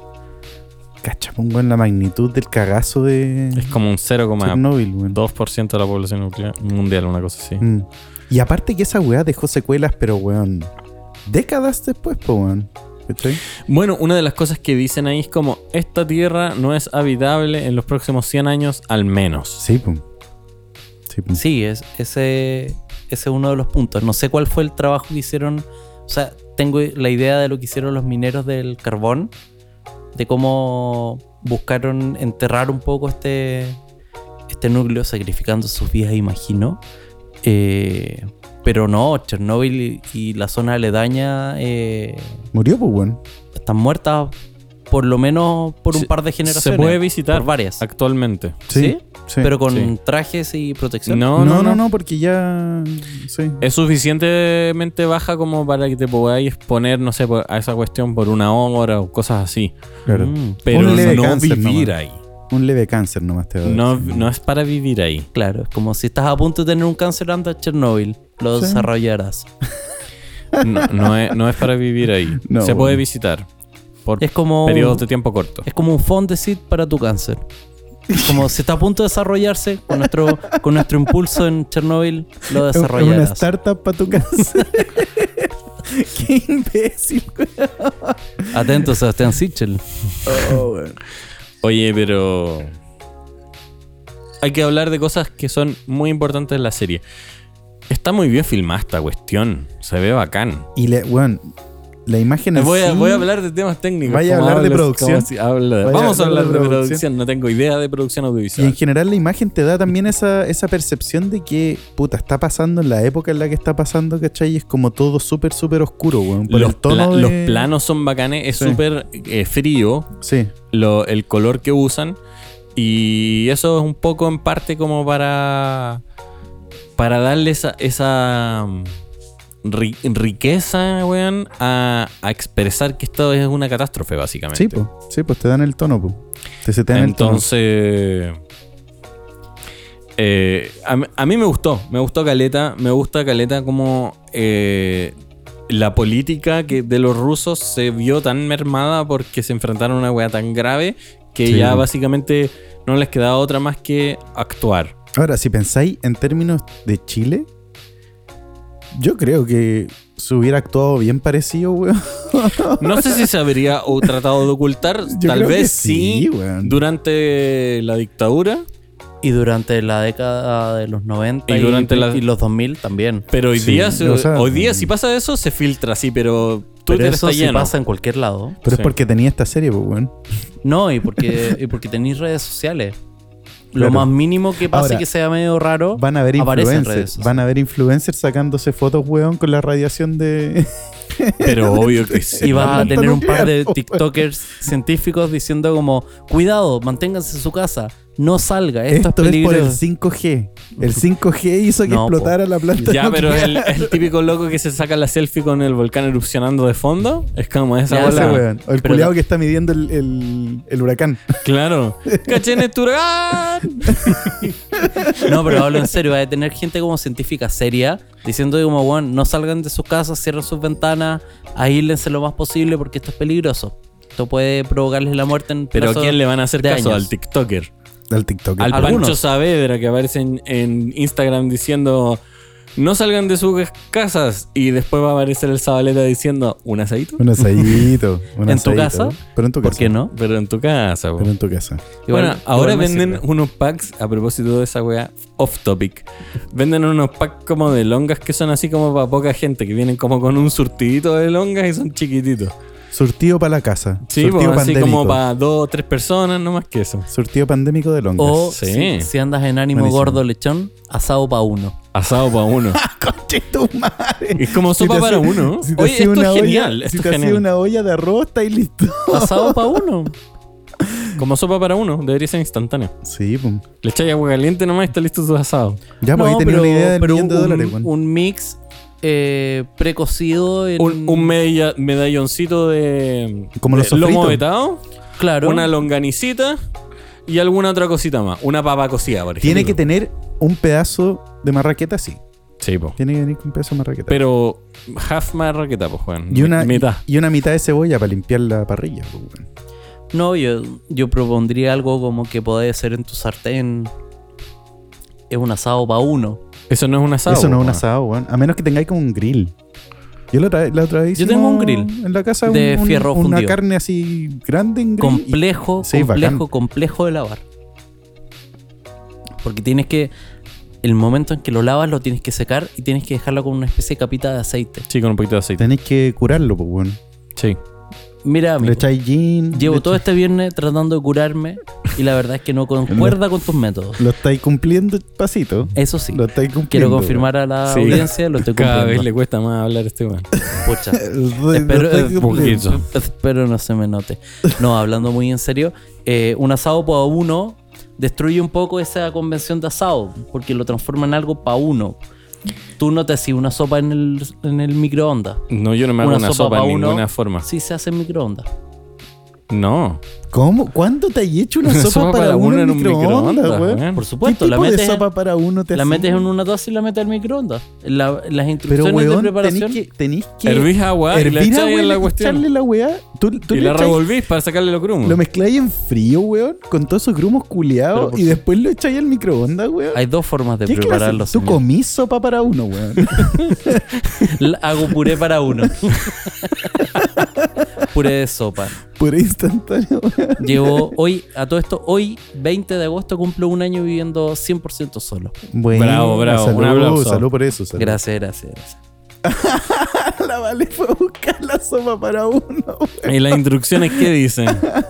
Cacha, pues, weón, la magnitud del cagazo de Es como un cero coma Chernobyl, weón. dos por ciento de la población nuclear- mundial, una cosa así. Mm. Y aparte que esa weá dejó secuelas, pero weón, décadas después, pues, weón. ¿Cachai? Bueno, una de las cosas que dicen ahí es como, esta tierra no es habitable en los próximos cien años al menos. Sí, pues. Sí, pues. Sí, es, ese, ese es uno de los puntos. No sé cuál fue el trabajo que hicieron. O sea, tengo la idea de lo que hicieron los mineros del carbón, de cómo buscaron enterrar un poco este, este núcleo, sacrificando sus vidas, imagino. Eh, pero no, Chernobyl y, y la zona aledaña eh, Murió, pues, weón. están muertas por lo menos por un Se- par de generaciones. Se puede visitar Por varias. actualmente. ¿Sí? sí. Pero con Sí. trajes y protección. No, No, no, no, porque ya. Sí. Es suficientemente baja como para que te podáis exponer, no sé, por- a esa cuestión por una hora o cosas así. Claro. Mm, Pero Un leve no cáncer vivir nomás. ahí. Un leve cáncer nomás te va a dar. No, Sí. no es para vivir ahí. claro, es como si estás a punto de tener un cáncer, anda a Chernobyl. Lo Sí. desarrollarás. No, no es, no es para vivir ahí. No, Se puede bueno. visitar por Es como, periodos de tiempo cortos. es como un Fondesit para tu cáncer. Como si está a punto de desarrollarse, con nuestro, con nuestro impulso en Chernobyl, lo Es una desarrollarás. startup para tu cáncer. Qué imbécil, weón. Atento, Sebastián Sichel. Oh, weón. Oye, pero hay que hablar de cosas que son muy importantes en la serie. Está muy bien filmada esta cuestión. Se ve bacán. Y, le, weón, la imagen en Voy a, sí- voy a hablar de temas técnicos. Vaya a como hablar de hablas- producción. como si habla de- Vaya a Vamos a hablar hablar de de producción. producción. No tengo idea de producción Y audiovisual. en general la imagen te da también esa, esa percepción de que, puta, está pasando en la época en la que está pasando, ¿cachai? Y es como todo súper, súper oscuro, weón. Por Los, el tono pla- de- los planos son bacanes. Es Sí. súper eh, frío Sí, lo- el color que usan. Y eso es un poco en parte como para para darle esa, esa mm, ri- riqueza, weón, a, a expresar que esto es una catástrofe, básicamente. sí, pues, sí, pues te dan el tono, pues. Te setean Entonces, eh, a, mí- a mí me gustó, me gustó Caleta, me gusta Caleta como eh, la política que de los rusos se vio tan mermada porque se enfrentaron a una weá tan grave que Sí. ya básicamente no les quedaba otra más que actuar. el tono. Ahora, si pensáis en términos de Chile, yo creo que se hubiera actuado bien parecido, weón. No sé si se habría o tratado de ocultar, Yo tal creo que vez sí, sí, weón. durante la dictadura. Y durante la década de los noventa Y y, durante la- y los dos mil también. Pero hoy Sí, día, se- o sea, hoy día si pasa eso, se filtra así, pero Pero Twitter eso está sí lleno. pasa en cualquier lado. Pero Sí. es porque tenía esta serie, pues, weón. No, y porque, y porque tenéis redes sociales. Lo Claro. más mínimo que pase Ahora, que sea medio raro, Van a haber aparece en redes influencers. sociales. Van a haber influencers sacándose fotos, weón, con la radiación de. Pero obvio que sí. Y vas a planta tener un par de nuclear, po, TikTokers científicos diciendo como, cuidado, manténganse en su casa, no salga, esto, Esto, es es por peligroso. el cinco G. El cinco G hizo que No, po. explotara la planta Ya, pero nuclear. el, el típico loco que se saca la selfie con el volcán erupcionando de fondo. Es como esa Ya, Ese bola. weón. O el Pero culiao la- que está midiendo el, el, el huracán. Claro. ¡Cachen este huracán! No, pero hablo en serio, va a tener gente como científica seria diciendo como, bueno, no salgan de sus casas, cierren sus ventanas, aíslense lo más posible porque esto es peligroso. Esto puede provocarles la muerte en Pero ¿a plazo quién le van a hacer de caso? años. Al TikToker. Al TikTok. Al Algunos. Pancho Saavedra que aparece en, en Instagram diciendo no salgan de sus casas y después va a aparecer el Zabaleta diciendo un asadito. Un asadito. un ¿En tu asadito. casa? Pero en tu ¿Por casa. qué no? Pero en tu casa. po. Pero en tu casa. Igual- bueno, ahora igual me venden sirve. unos packs, a propósito de esa wea, off topic. Venden unos packs como de longas que son así como para poca gente, que vienen como con un surtidito de longas y son chiquititos. Surtido para la casa. Sí, Surtido pues, así pandémico. como para dos o tres personas, no más que eso. Surtido pandémico de longas. O Sí. si, si andas en ánimo Buenísimo. gordo lechón, asado para uno. Asado para uno. ¡Conche tu madre! Es como sopa te para hace- uno. Si te Oye, hacía esto una es olla- genial. Si Esto te es hacía genial. una olla de arroz, está ahí listo. Asado para uno. Como sopa para uno, debería ser instantáneo. Sí, pum. Le echáis agua caliente nomás y está listo tu asado. Ya, pues ahí No, tenía una idea del pero millón de un, dólares, weón. un mix eh, precocido en... Un, un medalla- medalloncito de, Como de los lomo sofritos. vetado, Claro. una longanicita y alguna otra cosita más. Una papa cocida, por ejemplo. Tiene que tener un pedazo de marraqueta, sí. Sí, po. Tiene que venir con un pedazo de marraqueta. Pero half marraqueta, pues, Juan. y una, mitad. y una mitad de cebolla para limpiar la parrilla, pues, weón. No, yo, yo propondría algo como que puede ser en tu sartén. Es un asado para uno. Eso no es un asado. Eso no es un weón. asado, weón. A menos que tengáis como un grill. Yo la otra, la otra vez Yo hicimos tengo un grill en la casa de un- un- fierro una fundido. carne así grande en grill. Complejo, Sí, complejo, bacán. complejo de lavar. Porque tienes que... El momento en que lo lavas lo tienes que secar y tienes que dejarlo con una especie de capita de aceite. Sí, con un poquito de aceite. Tenéis que curarlo, pues, weón. Sí. Mira, Le amigo, echáis gin. llevo le todo echáis- este viernes tratando de curarme y la verdad es que no concuerda con tus métodos. Lo estáis cumpliendo pasito. Eso sí. Lo estáis cumpliendo. Quiero confirmar a la Sí. audiencia, lo estoy Cada vez cumpliendo. le cuesta más hablar a este weón. Pucha. weón. Espero, Lo estáis eh, cumpliendo. poquito. espero no se me note. No, hablando muy en serio, eh, un asado para uno destruye un poco esa convención de asado, porque lo transforma en algo para uno. Tú no te haces una sopa en el, en el microondas. No, yo no me hago Una una, sopa sopa, pa' en uno. ninguna forma. Sí se hace en microondas. No. ¿Cómo? ¿Cuándo te has hecho una, Una sopa, para uno en un microondas, weón? weón. Por ¿Qué supuesto, tipo la metes, de sopa para uno te la hacís? metes en una taza y la metes al microondas. La- las Pero, instrucciones weón, de tenéis preparación. que, tenéis que Hervís agua y le hervir echáis agua en y la le- cuestión. echarle la weá. Tú, tú Y le la echáis- revolvís para sacarle los grumos. Lo mezcláis en frío, weón, con todos esos grumos Pero culiados por y después lo echáis al microondas, weón. Hay dos formas de ¿Qué clase? prepararlo. Tú señor. comís sopa para uno, weón. La- Hago puré para uno. Puré de sopa. Pura instantáneo, weón. Llevo hoy, a todo esto, hoy, veinte de agosto, cumplo un año viviendo cien por ciento solo. Bueno, Bravo, bravo, Salud, un aplauso. salud por eso. Salud. Gracias, gracias, gracias. La Vale fue a buscar la sopa para uno, weón. ¿Y las instrucciones qué dicen?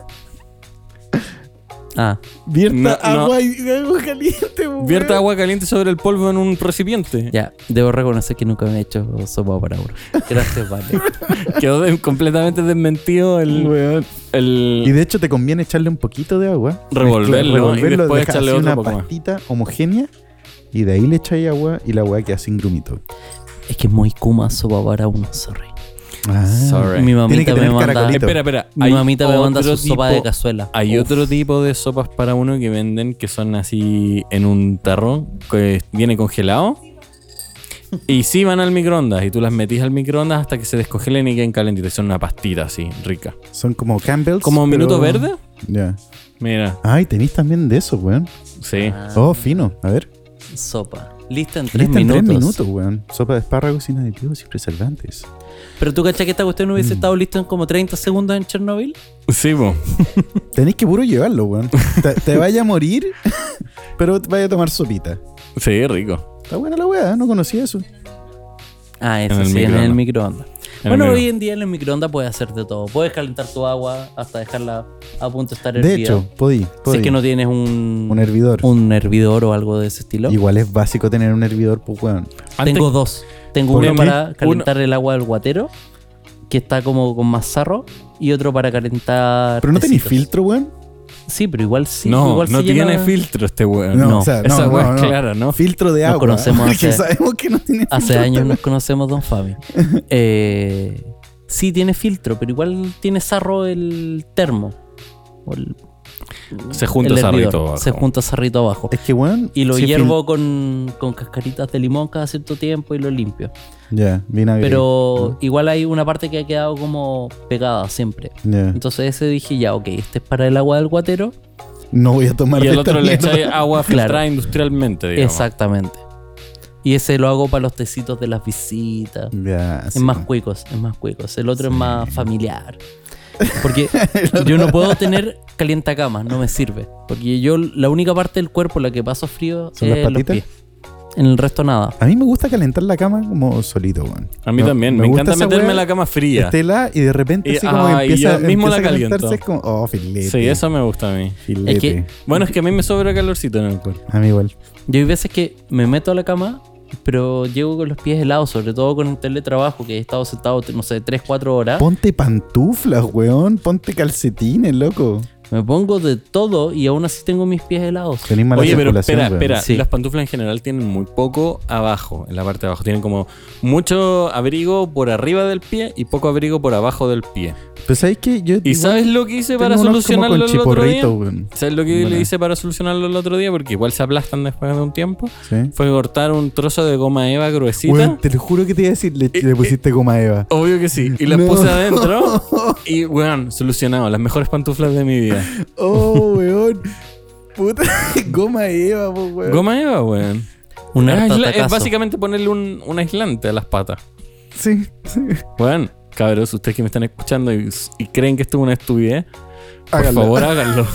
Ah, Vierta No, no. agua y agua caliente, weón. Vierta agua caliente sobre el polvo en un recipiente. ya, debo reconocer que nunca me he hecho sopa para uno. Gracias, vale. Quedó de- completamente desmentido el, Weón. el Y de hecho te conviene echarle un poquito de agua. Revolverlo, y después dejar echarle así otro una poco más. pastita homogénea y de ahí le echáis agua y la weá queda sin grumito. Es que es muy kuma sopa para uno, sorry. Ah, Sorry. Mi Tiene mamita que me tener manda, caracolito. Espera, espera. mi hay mamita me manda su otro sopa de tipo- cazuela. Hay Uf. otro tipo de sopas para uno que venden que son así en un tarro que viene congelado. Y sí van al microondas y tú las metís al microondas hasta que se descongelen y queden calentitas. Son una pastita así, rica. Son como Campbell's. ¿Como pero- minuto verde? Ya. Mira, Ay, tenéis también de eso, weón. sí. Ah, Oh, fino. A ver. sopa. Lista en tres Lista en minutos. tres minutos, weón. Sopa de espárragos sin aditivos y preservantes. Pero tú cachas que esta cuestión hubiese Mm. estado listo en como treinta segundos en Chernobyl. Sí, po. Tenéis que puro llevarlo, weón. Te, te vaya a morir, pero vaya a tomar sopita. Sí, rico. Está buena la weá, no conocía eso. Ah, eso En el sí, en el microondas. microondas. En Bueno, el hoy micro- en día en el microondas puedes hacer de todo. Puedes calentar tu agua hasta dejarla a punto de estar De hervida. hecho, podí, Si podí. es que no tienes un, Un hervidor. un hervidor o algo de ese estilo. Igual es básico tener un hervidor, pues weón. Antes- Tengo dos. Tengo ¿Por uno qué? para calentar el agua del guatero, que está como con más sarro, y otro para calentar. Pero no tenéis tecitos. filtro, weón. Sí, pero igual sí. no, igual no se tiene llena- filtro este weón. No, No, o sea, no, esa no, weá no. es clara, ¿no? Filtro de Nos agua. conocemos Porque hace- sabemos que no tiene Hace filtro. años nos conocemos, don Fabi. Eh, sí tiene filtro, pero igual tiene sarro el termo. O el- Se junta el sarrito hervidor. abajo. Se junta sarrito abajo. Es que, weón. Y lo si hiervo con, con cascaritas de limón cada cierto tiempo y lo limpio. fil- Ya, vinagre. Pero igual hay una parte que ha quedado como pegada siempre. Ya. Entonces ese dije ya, ok, este es para el agua del guatero. No voy a tomar Y de el esta otro le mierda. echa agua filtrada Claro. industrialmente, digamos. Exactamente. Y ese lo hago para los tecitos de las visitas. Ya, Es sí. más cuicos, es más cuicos. El otro es más familiar. Porque yo no puedo tener calientacamas, no me sirve. Porque yo la única parte del cuerpo en la que paso frío ¿Son es las los patitas? pies. En el resto nada. A mí me gusta calentar la cama como solito, weón. A mí No, también. Me, gusta encanta esa meterme weá, en la cama fría. esté helada y de repente Y- así como ah, y empieza, yo mismo empieza la a calentarse, caliento. es como, oh, filete. Sí, eso me gusta a mí. Filete. Es que- Bueno, es que a mí me sobra calorcito en el cuerpo. A mí igual. Yo hay veces que me meto a la cama, pero llego con los pies helados, sobre todo con el teletrabajo, que he estado sentado, no sé, tres, cuatro horas. Ponte pantuflas, weón. Ponte calcetines, loco. Me pongo de todo y aún así tengo mis pies helados. Tenés mala Oye, pero circulación, espera, weón. espera. Sí. Las pantuflas en general tienen muy poco abajo, en la parte de abajo. Tienen como mucho abrigo por arriba del pie y poco abrigo por abajo del pie. Pero ¿sabes qué? Yo ¿Y igual sabes lo que hice tengo para unos como solucionarlo con el otro día? chiporrito, weón. ¿Sabes lo que Bueno. le hice para solucionarlo el otro día? Porque igual se aplastan después de un tiempo. Sí. Fue cortar un trozo de goma eva gruesita. Weón, te lo juro que te iba a decir, le, le pusiste goma Eva. Obvio que sí. Y las No. puse adentro. Y, weón, solucionado. Las mejores pantuflas de mi vida. Oh, weón. Puta, goma Eva, po, weón. Goma eva, weón. Un Es, harto aisla- es tacazo. básicamente ponerle un, un aislante a las patas. Sí, sí. Weón, cabros, ustedes que me están escuchando y, y creen que esto es una estupidez, por Háganlo. favor háganlo.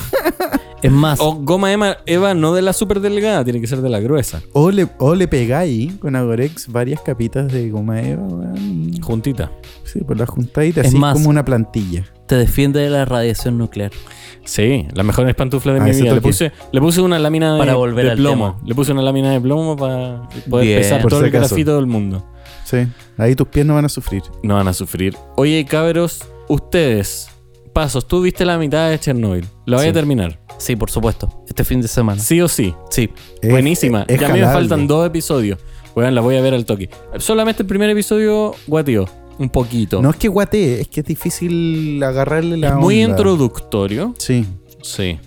Es más, O goma eva, eva no de la súper delgada, tiene que ser de la gruesa. O le, o le pegáis con Agorex varias capitas de goma Eva, weón. y- Juntita. Sí, pues la juntáis y Es así más- como una plantilla. te defiende de la radiación nuclear. Sí, las mejores pantuflas de Ah, mi ese vida. Le toque. puse, le puse una lámina de, Para volver de al plomo. tema. Le puse una lámina de plomo para poder Bien. pesar Por todo si el acaso. grafito del mundo. Sí, ahí tus pies no van a sufrir. No van a sufrir. Oye, cabros, ustedes, Pasos, tú viste la mitad de Chernobyl. La voy Sí. a terminar. Sí, por supuesto. Este fin de semana. Sí o sí. Sí. Es- Buenísima. es y a mí me jalable. faltan dos episodios. Bueno, la voy a ver al toque. Solamente el primer episodio guateó. Un poquito. No es que guatee, es que es difícil agarrarle la es muy onda. introductorio. Sí. Sí.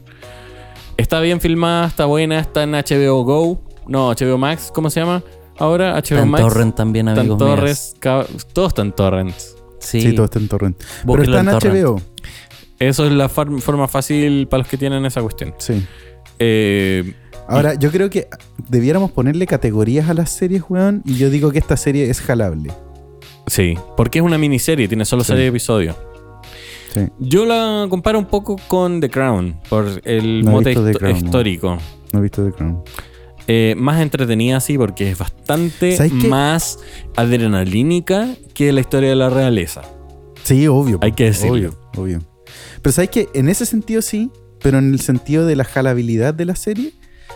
Está bien filmada, está buena, está en H B O Go. No, H B O Max, ¿cómo se llama? Ahora, H B O Está en Max. Torrent también, Está en amigos míos. Torres. cab- Todo está en Torrents. Sí, Sí, todo está en torrent. Pero búsquenlo está en Torrent. H B O. Eso es la far- forma fácil para los que tienen esa cuestión. Sí. Eh, Ahora, yo creo que debiéramos ponerle categorías a las series, weón. Y yo digo que esta serie es jalable. sí, porque es una miniserie, tiene solo Sí. seis episodios. Sí. Yo la comparo un poco con The Crown, por el No he mote visto The histo- Crown, no. histórico. No he visto The Crown. Eh, más entretenida, sí, porque es bastante ¿Sabes qué? más adrenalínica que la historia de la realeza. Sí, obvio. Hay que decirlo. Obvio, obvio. Pero ¿sabes qué? En ese sentido sí, pero en el sentido de la jalabilidad de la serie,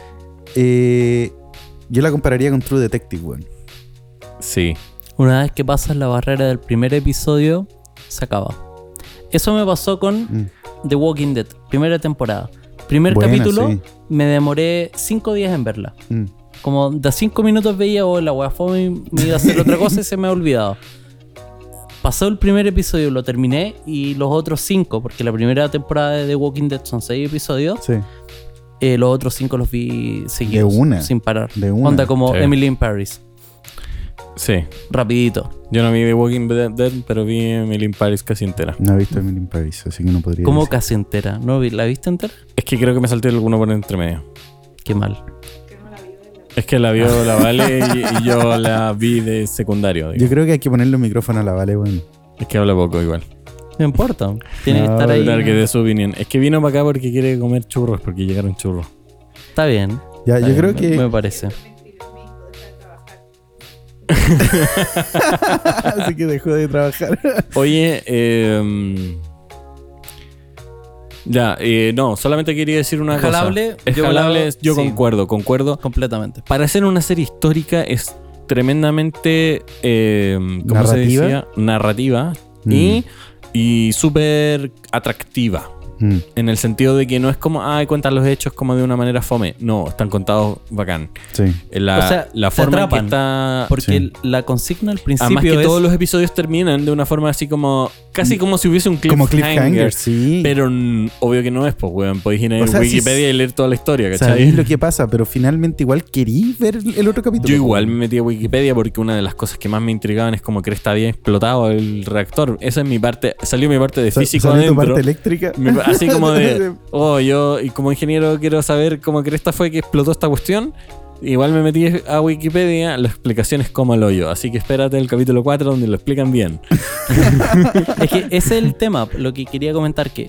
eh, yo la compararía con True Detective, weón. Sí. Una vez que pasas la barrera del primer episodio, se acaba. Eso me pasó con Mm. The Walking Dead, primera temporada. Primer Buena, capítulo, sí. me demoré cinco días en verla. Mm. Como de cinco minutos veía, oh, la wea fome, y me iba a hacer otra cosa y se me ha olvidado. Pasó el primer episodio, lo terminé, y los otros cinco, porque la primera temporada de The Walking Dead son seis episodios, Sí, eh, los otros cinco los vi seguidos. De una. Sin parar. de una. Onda como Sí. Emily in Paris. Sí. Rapidito. Yo no vi The Walking Dead, pero vi Emily in Paris casi entera. No he visto Emily in Paris, así que no podría Como decir. casi entera. ¿No vi- la viste entera? Es que creo que me salté alguno por entre medio. Qué mal. Es que la vio la Vale y, y yo la vi de secundario. Digo. Yo creo que hay que ponerle un micrófono a la Vale, weón. Es que habla poco igual. No importa. Tiene No, que estar ahí. Claro que dé su opinión. Es que vino para acá porque quiere comer churros, porque llegaron churros. Está bien. Ya, Está yo bien, creo me- que... Me parece. Así que dejó de trabajar. Oye, eh, ya, eh, no, solamente quería decir una Jalable, cosa. Es yo jalable, creo- yo sí. concuerdo, concuerdo. Completamente. Para hacer una serie histórica es tremendamente, eh, ¿cómo se ¿Narrativa? decía? Narrativa Mm. y, y súper atractiva. Mm. En el sentido de que no es como, ay, cuentan los hechos como de una manera fome. No, están contados bacán. Sí. La, O sea, la te forma en que atrapan, está... Porque Sí. la consigna al principio Además que es... todos los episodios terminan de una forma así como... Casi como si hubiese un cliffhanger. Como cliffhanger, sí. Pero mm, obvio que no es, pues, weón. Podéis ir en O sea, Wikipedia si- y leer toda la historia, ¿cachai? Sabéis lo que pasa, pero finalmente igual querí ver el otro capítulo. Yo igual me metí a Wikipedia porque una de las cosas que más me intrigaban es como que esta había explotado el reactor. Esa es mi parte... Salió mi parte de Sa- físico salió tu adentro. parte eléctrica. Me- así como de, oh, yo y como ingeniero quiero saber cómo cresta fue que explotó esta cuestión. Igual me metí a Wikipedia, la explicación es como el hoyo. Así que espérate el capítulo cuatro donde lo explican bien. Es que ese es el tema, lo que quería comentar, que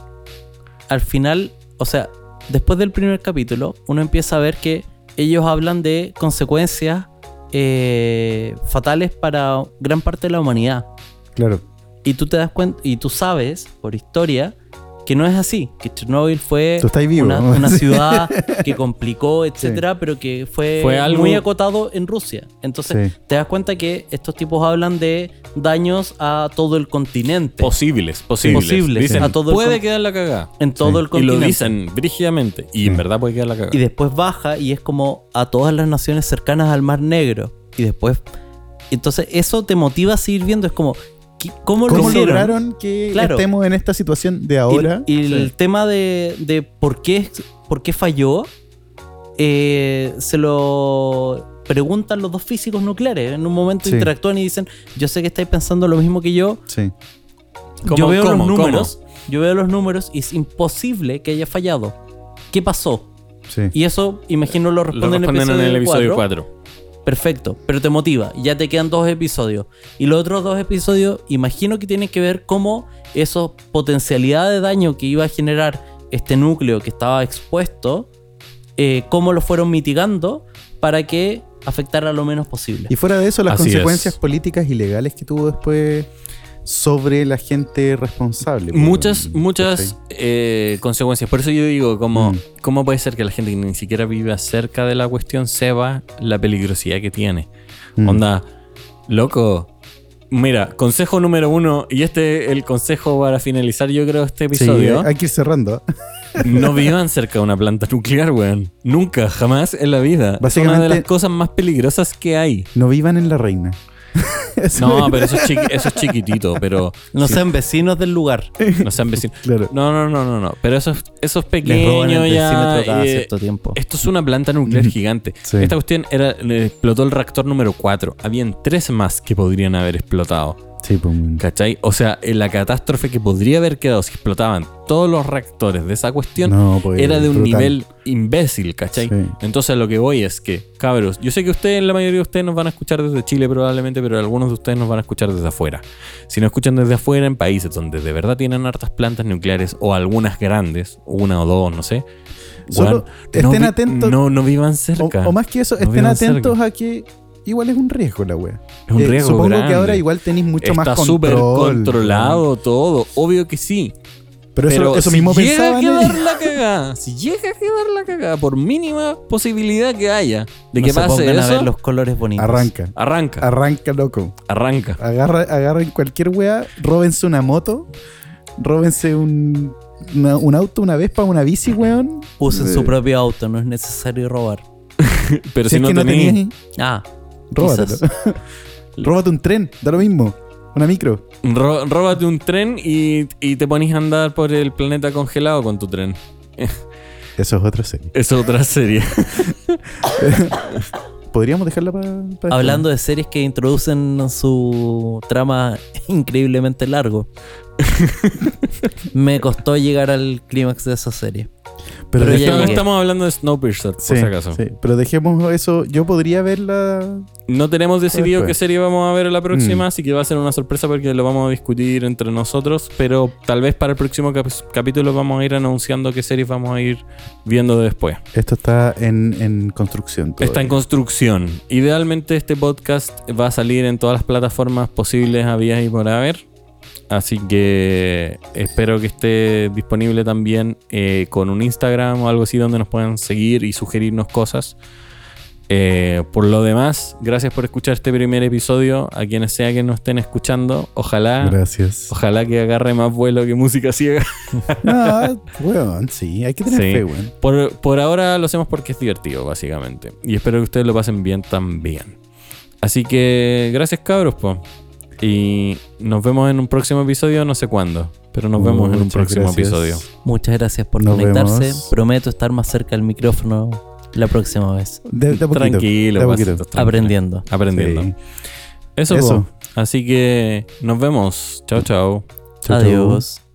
al final, o sea, después del primer capítulo, uno empieza a ver que ellos hablan de consecuencias eh, fatales para gran parte de la humanidad. Claro. Y tú te das cuenta, y tú sabes, por historia, que no es así, que Chernobyl fue Tú estás vivo, una, ¿no? una ciudad que complicó, etcétera, pero que fue, Fue algo- muy acotado en Rusia. Entonces, Sí. te das cuenta que estos tipos hablan de daños a todo el continente. Posibles, posibles. Posibles, Dicen, a todo el puede con- quedar la cagada. en todo Sí. el Y continente. lo dicen brígidamente. Y en Sí. verdad puede quedar la cagada. Y después baja y es como a todas las naciones cercanas al Mar Negro. Y después... Entonces, eso te motiva a seguir viendo. Es como, ¿qué- ¿cómo, lo ¿Cómo hicieron? lograron que Claro. estemos en esta situación de ahora? Y, y el Sí. tema de, de por, qué, por qué falló, eh, se lo preguntan los dos físicos nucleares. En un momento Sí. interactúan y dicen, yo sé que estáis pensando lo mismo que yo. Sí. ¿Cómo, yo veo cómo, los números. Yo veo los números y es imposible que haya fallado. ¿Qué pasó? Sí. Y eso, imagino, lo Lo responden responden en el episodio cuatro. cuatro. Perfecto, pero te motiva. Ya te quedan dos episodios. Y los otros dos episodios, imagino que tienen que ver cómo esa potencialidad de daño que iba a generar este núcleo que estaba expuesto, eh, cómo lo fueron mitigando para que afectara lo menos posible. Y fuera de eso, las Así consecuencias es. políticas y legales que tuvo después sobre la gente responsable. pues, Muchas, ¿cachai? muchas eh, consecuencias. Por eso yo digo, como, Mm. ¿cómo puede ser que la gente que ni siquiera vive cerca de la cuestión sepa la peligrosidad que tiene? Mm. Onda, loco. Mira, consejo número uno, y este es el consejo para finalizar, yo creo, este Sí, episodio. hay que ir cerrando. No vivan cerca de una planta nuclear, weón. Nunca, jamás en la vida. Es una de Básicamente- las cosas más peligrosas que hay. No vivan en la reina. Eso No, es- pero eso es, chiqui- eso es chiquitito, pero No sí, sean vecinos del lugar. no sean vecinos. Claro. No, no, no, no, no. Pero eso, es- eso es Les roban el pequeño ya. decímetro cada eh, cierto tiempo. esto es una planta nuclear gigante. Sí. Esta cuestión era, le explotó el reactor número cuatro. Habían tres más que podrían haber explotado. Sí, pues, ¿Cachai? O sea, en la catástrofe que podría haber quedado si explotaban todos los reactores de esa cuestión no, pues, era de un brutal. nivel imbécil, ¿cachai? Sí. Entonces a lo que voy es que, cabros, yo sé que ustedes, la mayoría de ustedes nos van a escuchar desde Chile probablemente, pero algunos de ustedes nos van a escuchar desde afuera. Si nos escuchan desde afuera en países donde de verdad tienen hartas plantas nucleares o algunas grandes, una o dos, no sé. Solo weón, estén vi- atentos. No, no vivan O, cerca. o más que eso, No estén vivan atentos cerca. a que igual es un riesgo la wea. Es un Eh, riesgo Supongo grande. que ahora igual tenéis mucho más Está control. súper controlado todo, obvio que sí. Pero eso, Pero eso si mismo llega a pensaban quedar ellos. la cagada, si llega a quedar la cagada, por mínima posibilidad que haya de No que se pase pongan a ver eso, los colores bonitos. Arranca. arranca, Arranca, loco. arranca. Agarra, agarren cualquier wea, róbense una moto, róbense un, una- un auto, una Vespa, una bici, weón. Usen Eh, su propio auto, no es necesario robar. Pero Si, si, es no que no tenés, tenías, Ah, róbatelo. quizás. Róbate un tren, da lo mismo. Una micro. ro- róbate un tren y, y te ponís a andar por el planeta congelado con tu tren. Eso es otra serie. Es otra serie. Podríamos dejarla para. Hablando de series que introducen su trama increíblemente largo. Me costó llegar al clímax de esa serie. Pero, Pero ya dejemos, llegué. Estamos hablando de Snowpiercer, por sí, si acaso. sí, pero dejemos eso. Yo podría verla. No tenemos decidido Después. qué serie vamos a ver en la próxima, Mm. así que va a ser una sorpresa porque lo vamos a discutir entre nosotros, pero tal vez para el próximo cap- capítulo vamos a ir anunciando qué series vamos a ir viendo después. Esto está en, en construcción. Está en todavía. construcción. Idealmente este podcast va a salir en todas las plataformas posibles, habidas y por haber. Así que espero que esté disponible también eh, con un Instagram o algo así donde nos puedan seguir y sugerirnos cosas. Eh, por lo demás, gracias por escuchar este primer episodio. A quienes sea que nos estén escuchando, ojalá, Gracias. ojalá que agarre más vuelo que música ciega. No, weón, sí, hay que tener Sí. fe, weón. Por, por ahora lo hacemos porque es divertido, básicamente. Y espero que ustedes lo pasen bien también. Así que gracias, cabros, po. Y nos vemos en un próximo episodio, no sé cuándo, pero nos vemos en un Muchas próximo gracias. episodio. Muchas gracias por Nos conectarse. vemos. Prometo estar más cerca del micrófono la próxima vez. De, de a poquito, Tranquilo, de a pasitos, poquito. tranquilo. Aprendiendo. Aprendiendo. Sí. Eso, Eso. po. Así que nos vemos. Chao, chao. Chau, chau. Adiós.